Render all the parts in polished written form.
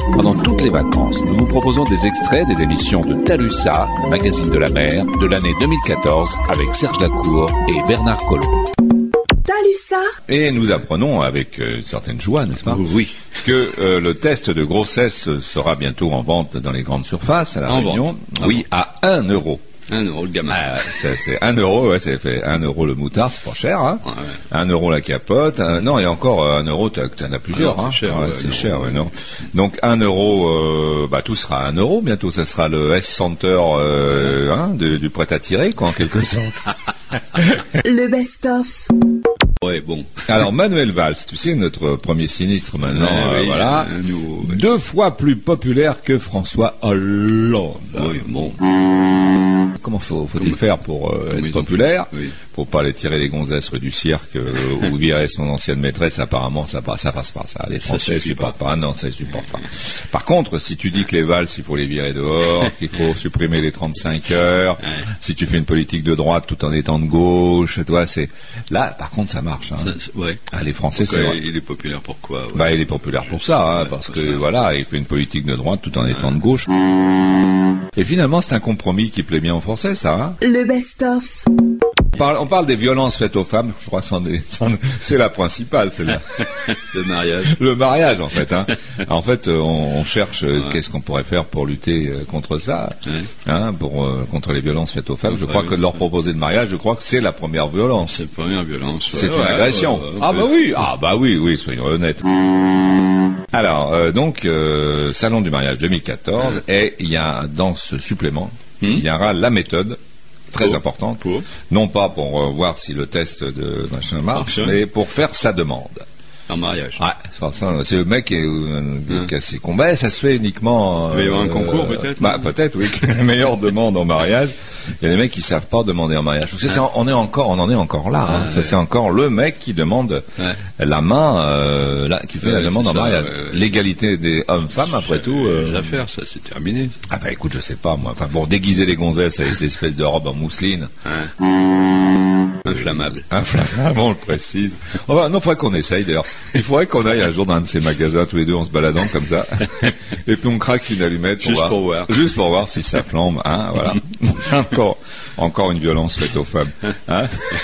Pendant toutes les vacances, nous vous proposons des extraits des émissions de Talusa, le magazine de la mer, de l'année 2014, avec Serge Lacour et Bernard Collot. Talusa. Et nous apprenons avec une certaine joie, n'est-ce pas? Oui. Que le test de grossesse sera bientôt en vente dans les grandes surfaces à La Réunion. Oui, à 1 euro. 1 euro le gamin. C'est 1 euro, ouais, c'est fait 1 euro le moutard, c'est pas cher, hein. Ouais. 1 euro la capote. Non, et encore 1 euro, t'en as plusieurs, alors, hein. C'est cher, c'est cher, ouais, non. Donc 1 euro, tout sera 1 euro bientôt. Ça sera le S-Center, du prêt à tirer, quoi, en quelque sorte. Le best-of. Ouais, bon. Alors Manuel Valls, tu sais, notre premier sinistre maintenant, oui, voilà, nouveau, oui. 2 fois plus populaire que François Hollande. Oui, bon. Comment faut-il faire pour être populaire? Oui. Faut pas aller tirer les gonzesses rue du cirque ou virer son ancienne maîtresse. Apparemment, ça passe pas. Ça, les Français ne supportent pas. Non, ça ne supporte pas. Par contre, si tu dis que les Valls, il faut les virer dehors, qu'il faut supprimer les 35 heures, si tu fais une politique de droite tout en étant de gauche, toi, c'est là. Par contre, ça marche. Hein. Ouais. Les Français, c'est vrai. Il est populaire pourquoi? Ouais. Il est populaire pour ça, parce que voilà, il fait une politique de droite tout en étant de gauche. Et finalement, c'est un compromis qui plaît bien aux Français, ça. Hein. Le best-of. On parle des violences faites aux femmes, je crois que c'est la principale, celle-là. Le mariage. Le mariage, en fait. Hein. En fait, on cherche qu'est-ce qu'on pourrait faire pour lutter contre ça, contre les violences faites aux femmes. Je crois que leur proposer le mariage, je crois que c'est la première violence. C'est la première violence. C'est une agression. Oui, soyons honnêtes. Alors, Salon du mariage 2014, et il y a dans ce supplément, il y aura la méthode. Très importante, non pas pour voir si le test de machin marche, mais pour faire sa demande. En mariage. Ouais, c'est le mec qui est assez combat. Ça se fait uniquement. Il va y avoir un concours peut-être. Peut-être, oui. La meilleure demande en mariage. Il y a des mecs qui savent pas demander en mariage. On en est encore là. Hein. Ça, c'est encore le mec qui demande la main, qui fait la demande en mariage. L'égalité des hommes-femmes, après tout. Les affaires, ça c'est terminé. Écoute, je sais pas moi. Enfin, pour déguiser les gonzesses avec ces espèces de robes en mousseline. Inflammable, on le précise. Non, faudrait qu'on essaye d'ailleurs. Il faudrait qu'on aille un jour dans un de ces magasins tous les deux en se baladant comme ça, et puis on craque une allumette juste pour voir si ça flambe, hein, voilà. encore une violence faite aux femmes, hein.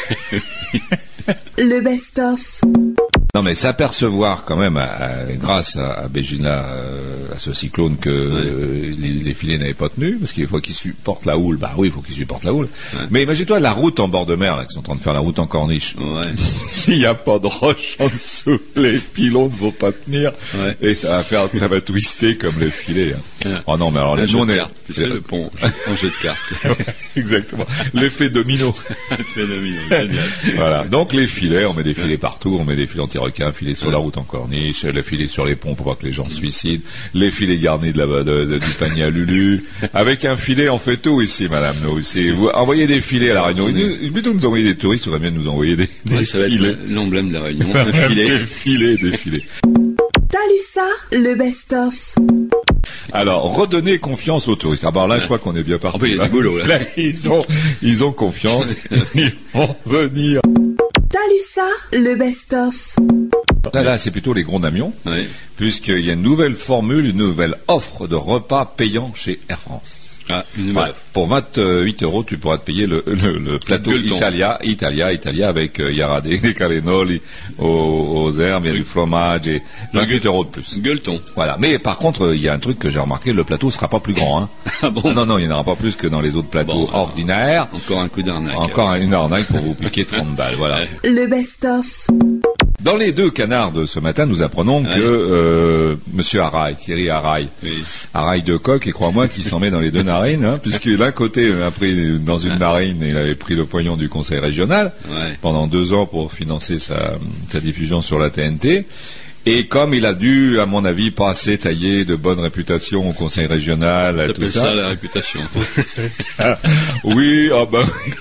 Le best-of. Non, mais s'apercevoir quand même, grâce à Bégina, à ce cyclone, que les filets n'avaient pas tenu, parce qu'il faut qu'ils supportent la houle. Il faut qu'ils supportent la houle. Ouais. Mais imagine-toi la route en bord de mer, là, qu'ils sont en train de faire la route en corniche. Ouais. S'il n'y a pas de roche en dessous, les pilons ne vont pas tenir, et ça va twister comme les filets. Hein. Oh non, mais alors les jeux de cartes, tu sais, le pont en jeu de cartes. Exactement. L'effet domino. L'effet domino, génial. Voilà. Donc les filets, on met des filets partout, on met des filets anti-requins, filets sur la route en corniche, les filets sur les ponts pour pas que les gens se suicident, les filets garnis du panier à Lulu. Avec un filet, on fait tout ici, madame. Nous, si vous envoyez des filets à la Réunion, plutôt que nous envoyer des touristes, il faudrait bien nous envoyer des filets. Ça va être l'emblème de la Réunion. Un filet. Des filets. Talusa, le best-of. Alors, redonner confiance aux touristes. Alors là, je crois qu'on est bien parti. Il y a du boulot, là. Ils ont confiance. Ils vont venir. Talusa, le best-of. Là, c'est plutôt les gros camions, puisqu'il y a une nouvelle formule, une nouvelle offre de repas payants chez Air France. Pour 28 €, tu pourras te payer le plateau Italia avec il y aura des cannoli aux herbes, il y a du fromage et 28 € de plus. Gueuleton. Voilà. Mais par contre, il y a un truc que j'ai remarqué, le plateau sera pas plus grand. Hein. Ah bon? Non, il n'y en aura pas plus que dans les autres plateaux ordinaires. Encore un coup d'arnaque. Encore une arnaque pour vous piquer 30 balles. Voilà. Le best-of. Dans les 2 canards de ce matin, nous apprenons que Monsieur Thierry Haraï de coq, et crois-moi qu'il s'en met dans les 2 narines, hein, puisque d'un côté, il a pris dans une narine, il avait pris le pognon du conseil régional pendant 2 ans pour financer sa diffusion sur la TNT. Et comme il a dû, à mon avis, pas assez tailler de bonne réputation au conseil régional, tout ça. Ça la réputation. Oui, oui.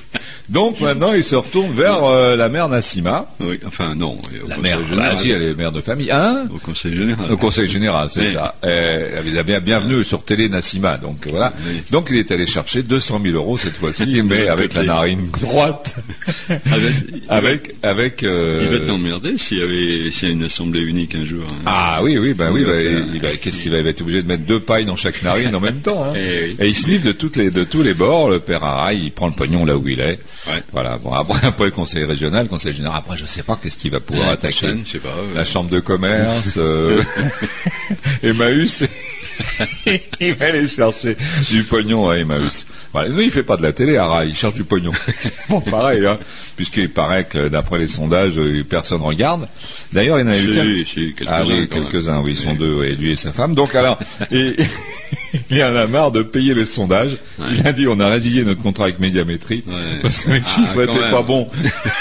Donc maintenant, il se retourne vers la mère Nassima. Oui, enfin non. La mère, si, elle est mère de famille. Hein? Au Conseil général. Au Conseil général, c'est ça. Bienvenue sur Télé Nassima. Donc voilà. Oui. Donc il est allé chercher 200 000 euros cette fois-ci, mais avec la narine droite. avec. Il va t'emmerder s'il y a une assemblée unique un jour. Hein. Ah oui, qu'est-ce qu'il va être obligé de mettre 2 pailles dans chaque narine en même temps. Hein. Et il se livre de tous les bords. Le père Araï, il prend le pognon là où il est. Ouais. Voilà. Bon, après le conseil régional, le conseil général. Après, je sais pas qu'est-ce qu'il va pouvoir attaquer. Je sais pas. La chambre de commerce, Emmaüs. Il va aller chercher du pognon à Emmaüs. Voilà. Lui, il fait pas de la télé, Araï, il cherche du pognon. C'est bon, pareil, hein, puisqu'il paraît que d'après les sondages, personne regarde. D'ailleurs, il y en a eu quelques-uns, oui, ils sont 2, et lui et sa femme. Donc alors, il en a marre de payer les sondages. Ouais. Il a dit, on a résilié notre contrat avec Médiamétrie, parce que les chiffres étaient pas bons.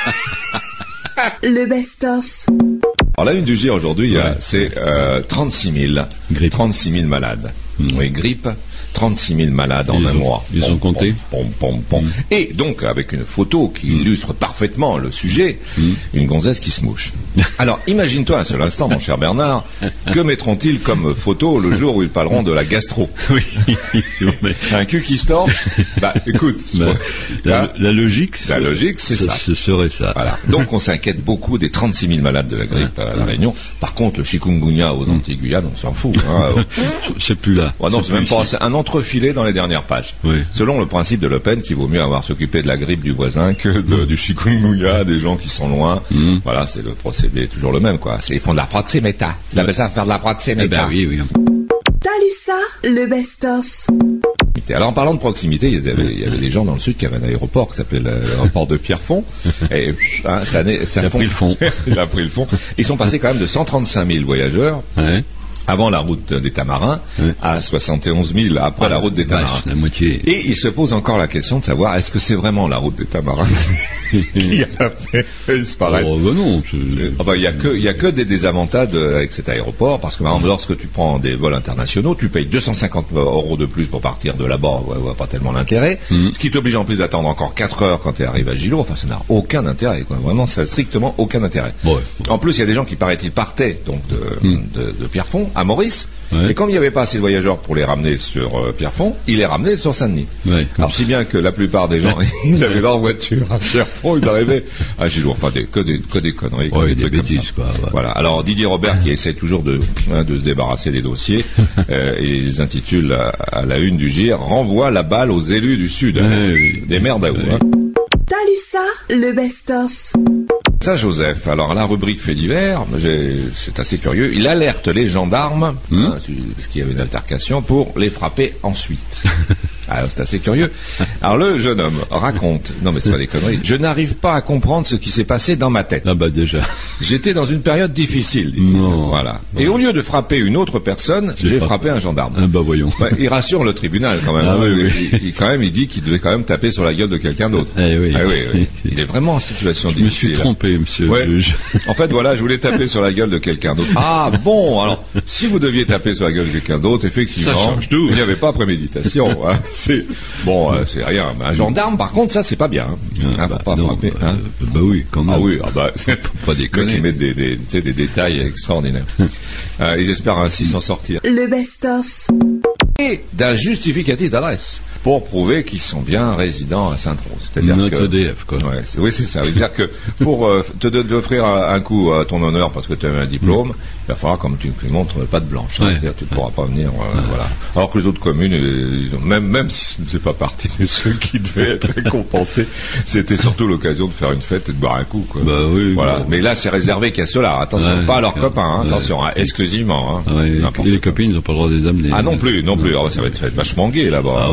Le best-of. Alors la une du GIR aujourd'hui, c'est 36 000 malades. Oui, grippe, 36 000 malades en un mois. Ils ont compté. Et donc, avec une photo qui illustre parfaitement le sujet, une gonzesse qui se mouche. Alors, imagine-toi un seul instant, mon cher Bernard, que mettront-ils comme photo le jour où ils parleront de la gastro? Oui. Un cul qui se torche? Bah, écoute. La logique. La logique, c'est ça. Ce serait ça. Voilà. Donc, on s'inquiète beaucoup des 36 000 malades de la grippe à La Réunion. Par contre, le chikungunya aux Antilles-Guyane, on s'en fout. Hein. C'est plus là. Oh non, c'est même pas un entrefilé dans les dernières pages. Oui. Selon le principe de Le Pen, qu'il vaut mieux avoir s'occupé de la grippe du voisin que du chikungunya, des gens qui sont loin. Voilà, c'est le procédé toujours le même, quoi. Ils font de la proximité. Ils appellent ça faire de la proximité. Eh ben oui. Talusa, le best-of. Alors en parlant de proximité, il y avait des gens dans le sud qui avaient un aéroport qui s'appelait l'aéroport de Pierrefonds. Et ça a pris le fond. Il a pris le fond. Ils sont passés quand même de 135 000 voyageurs. Ouais. Avant la route des Tamarins, à 71 000 après la route des Tamarins. La moitié. Et il se pose encore la question de savoir, est-ce que c'est vraiment la route des Tamarins qui a fait disparaître? Oh, non. Il y a que des désavantages avec cet aéroport, parce que par exemple, lorsque tu prends des vols internationaux, tu payes 250 € de plus pour partir de là-bas, on voit pas tellement l'intérêt. Ce qui t'oblige en plus d'attendre encore 4 heures quand tu arrives à Gillot. Enfin, ça n'a aucun intérêt, quoi. Vraiment, ça n'a strictement aucun intérêt. Ouais. En plus, il y a des gens qui, paraît-il, partaient donc de Pierrefonds à Maurice. Ouais. Et comme il n'y avait pas assez de voyageurs pour les ramener sur Pierrefonds, ils les ramenaient sur Saint-Denis. Ouais, alors si bien que la plupart des gens, ils avaient leur voiture à Pierrefonds, ils arrivaient à Gillot. Enfin, que des conneries, des bêtises, quoi. Ouais. Voilà. Alors Didier Robert qui essaie toujours de se débarrasser des dossiers, et ils intitulent à la une du GIR, renvoie la balle aux élus du Sud, des maires d'Aou. Talusa, le best-of. Ça, Joseph. Alors, la rubrique fait divers, c'est assez curieux. Il alerte les gendarmes, parce qu'il y avait une altercation, pour les frapper ensuite. Alors, c'est assez curieux. Alors, le jeune homme raconte, non mais c'est pas des conneries, je n'arrive pas à comprendre ce qui s'est passé dans ma tête. Ah bah déjà. J'étais dans une période difficile, dit-il. Voilà. Et au lieu de frapper une autre personne, j'ai frappé un gendarme. Ah bah voyons. Il rassure le tribunal quand même. Ah, oui. Il dit qu'il devait quand même taper sur la gueule de quelqu'un d'autre. Oui. Il est vraiment en situation difficile. Je me suis trompé, monsieur le juge. En fait, voilà, je voulais taper sur la gueule de quelqu'un d'autre. Ah bon, alors, si vous deviez taper sur la gueule de quelqu'un d'autre, effectivement, il n'y avait pas préméditation. Hein. C'est rien. Un gendarme, par contre, ça, c'est pas bien. Frapper. Bah oui, quand même. Ah oui, c'est pas déconner. Ils mettent des détails extraordinaires. Ils espèrent ainsi s'en sortir. Le best-of. Et d'un justificatif d'adresse pour prouver qu'ils sont bien résidents à Sainte-Rose. C'est-à-dire notre EDF, quoi. Oui, c'est ça. C'est-à-dire que pour t'offrir un coup à ton honneur parce que tu as un diplôme, il va falloir comme tu montres pas de blanche. C'est-à-dire que tu ne pourras pas venir. Voilà. Alors que les autres communes, même si c'est pas partie de ceux qui devaient être récompensés, c'était surtout l'occasion de faire une fête et de boire un coup, quoi. Bah oui. Voilà. Mais là, c'est réservé qu'à ceux-là. Attention, pas à leurs copains. Attention, exclusivement. Les copines n'ont pas le droit de les amener. Ah non plus. Alors, ça va être vachement gai là-bas.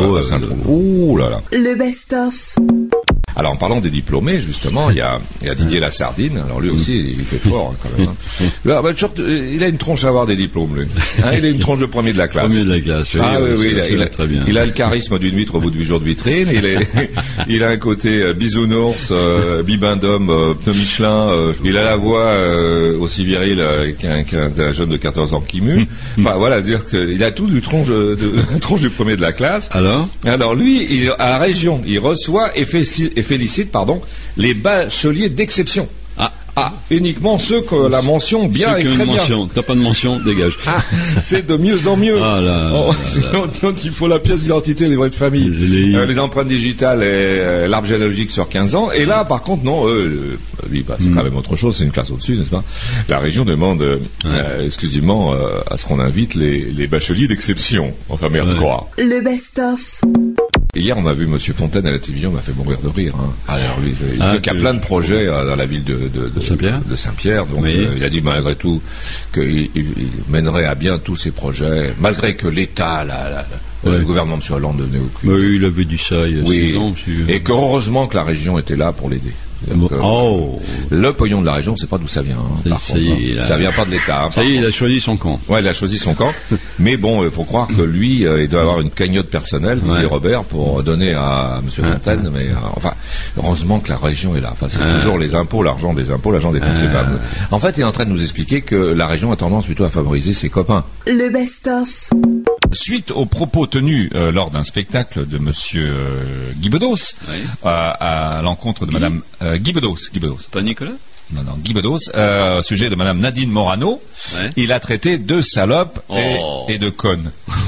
Ouh là là. Le best-of. Alors en parlant des diplômés, justement, il y a Didier Lassardine. Alors lui aussi, il fait fort quand même. Là, il a une tronche à avoir des diplômes, lui. Il a une tronche de premier de la classe. Premier de la classe. Oui, très bien. Il a le charisme d'une huître au bout du jour de vitrine. Il a un côté bisounours, bibendum, pneu Michelin. Il a la voix aussi virile qu'un jeune de 14 ans qui mue. Enfin voilà, dire qu'il a tout du tronche du premier de la classe. Alors lui, à la région, il reçoit et félicite, les bacheliers d'exception. Uniquement ceux que la mention bien et très bien. T'as pas de mention, dégage. C'est de mieux en mieux. Sinon, il faut la pièce d'identité, les vraies de famille, les empreintes digitales et l'arbre généalogique sur 15 ans. Et là, par contre, non, c'est quand même autre chose, c'est une classe au-dessus, n'est-ce pas? La région demande exclusivement à ce qu'on invite les bacheliers d'exception. Enfin, merde, quoi. Le best-of. Hier, on a vu Monsieur Fontaine à la télévision, m'a fait mourir de rire. Alors lui, il dit qu'il y a plein de projets dans la ville de Saint-Pierre. Donc il a dit malgré tout qu'il mènerait à bien tous ces projets, malgré que l'État, le gouvernement de M. Hollande ne donnait aucune. Mais il avait dit ça il y a 6 ans. Et que heureusement que la région était là pour l'aider. Donc, le pognon de la région, c'est pas d'où ça vient. Ça vient pas de l'État. Ça y est, il a choisi son camp. Ouais, il a choisi son camp. Mais bon, il faut croire que lui, il doit avoir une cagnotte personnelle, Robert, pour donner à M. Fontaine. Mais heureusement que la région est là. Enfin, c'est toujours les impôts, l'argent des impôts, l'argent des contribuables. En fait, il est en train de nous expliquer que la région a tendance plutôt à favoriser ses copains. Le best-of. Suite aux propos tenus lors d'un spectacle de Monsieur Guy Bedos, à l'encontre de Madame Guy Bedos. Pas Nicolas? Non, Guy Bedos, au sujet de Madame Nadine Morano, il a traité de salope et de conne.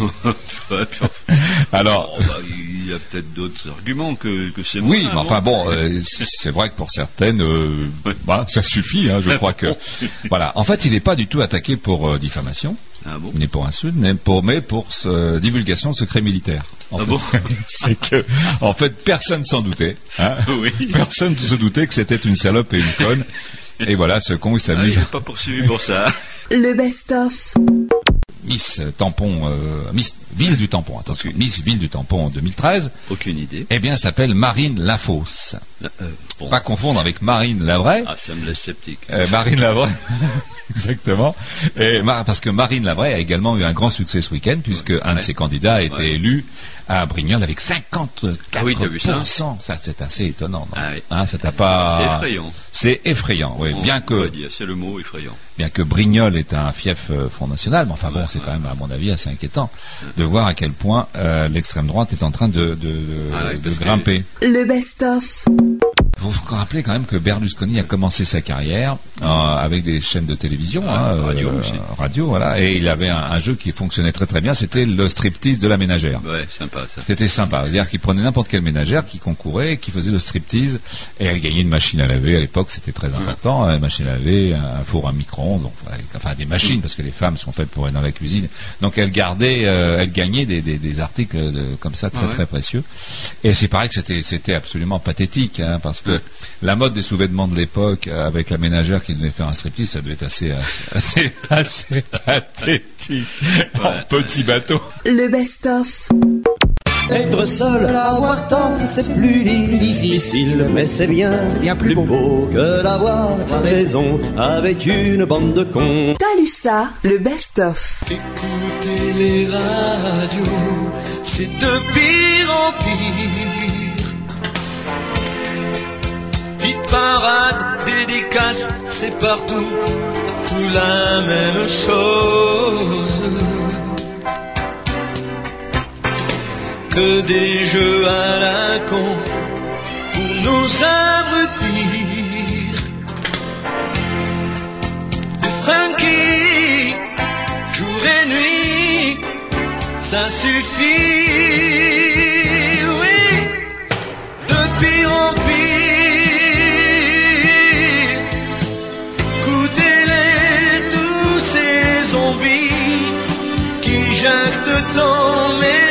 Alors, il y a peut-être d'autres arguments que c'est moi. Oui, mais enfin bon, c'est vrai que pour certaines, ça suffit. Je crois que voilà. En fait, il n'est pas du tout attaqué pour diffamation, ni pour insulte, mais pour divulgation de secret militaire. C'est que, en fait, personne s'en doutait. Personne ne se doutait que c'était une salope et une conne. Et voilà, ce con, il s'amuse. Il n'est pas poursuivi pour ça. Le best-of. Miss Ville du Tampon, attention, Miss Ville du Tampon en 2013. Aucune idée. Eh bien, s'appelle Marine Lafosse. Pas confondre avec Marine Lavray. Ça me laisse sceptique. Marine Lavray. Exactement. Parce que Marine Lavray a également eu un grand succès ce week-end, puisque un de ses candidats a été élu à Brignoles avec 54%. T'as vu ça? Ça, c'est assez étonnant. Ça t'a pas... C'est effrayant. C'est effrayant, oui. C'est le mot effrayant. Bien que Brignoles est un fief Front National, mais enfin bon, c'est quand même, à mon avis, assez inquiétant de voir à quel point l'extrême droite est en train de grimper. Le best-of. Il faut rappeler quand même que Berlusconi a commencé sa carrière avec des chaînes de télévision, radio, voilà, et il avait un jeu qui fonctionnait très très bien, c'était le striptease de la ménagère. Ouais, sympa ça. C'était sympa, c'est-à-dire qu'il prenait n'importe quelle ménagère qui concourait, qui faisait le striptease, et elle gagnait une machine à laver. À l'époque, c'était très important, une machine à laver, un four à micro-ondes, enfin des machines, parce que les femmes sont faites pour être dans la cuisine. Donc elle gagnait des articles comme ça très très précieux. Et c'est pareil que c'était absolument pathétique, parce que la mode des sous-vêtements de l'époque, avec la ménagère qui devait faire un striptease, ça devait être assez pathétique. En petit bateau. Le best-of. Être seul, avoir tort, c'est plus difficile, mais c'est bien plus beau que d'avoir raison avec une bande de cons. Talusa, le best-of. Écoutez les radios, c'est de pire en pire. Hit parade, dédicace, c'est partout, tout la même chose. Que des jeux à la con pour nous abrutir. De Frankie, jour et nuit, ça suffit. Oui, de pire en pire. Écoutez-les, tous ces zombies qui jactent tant, mais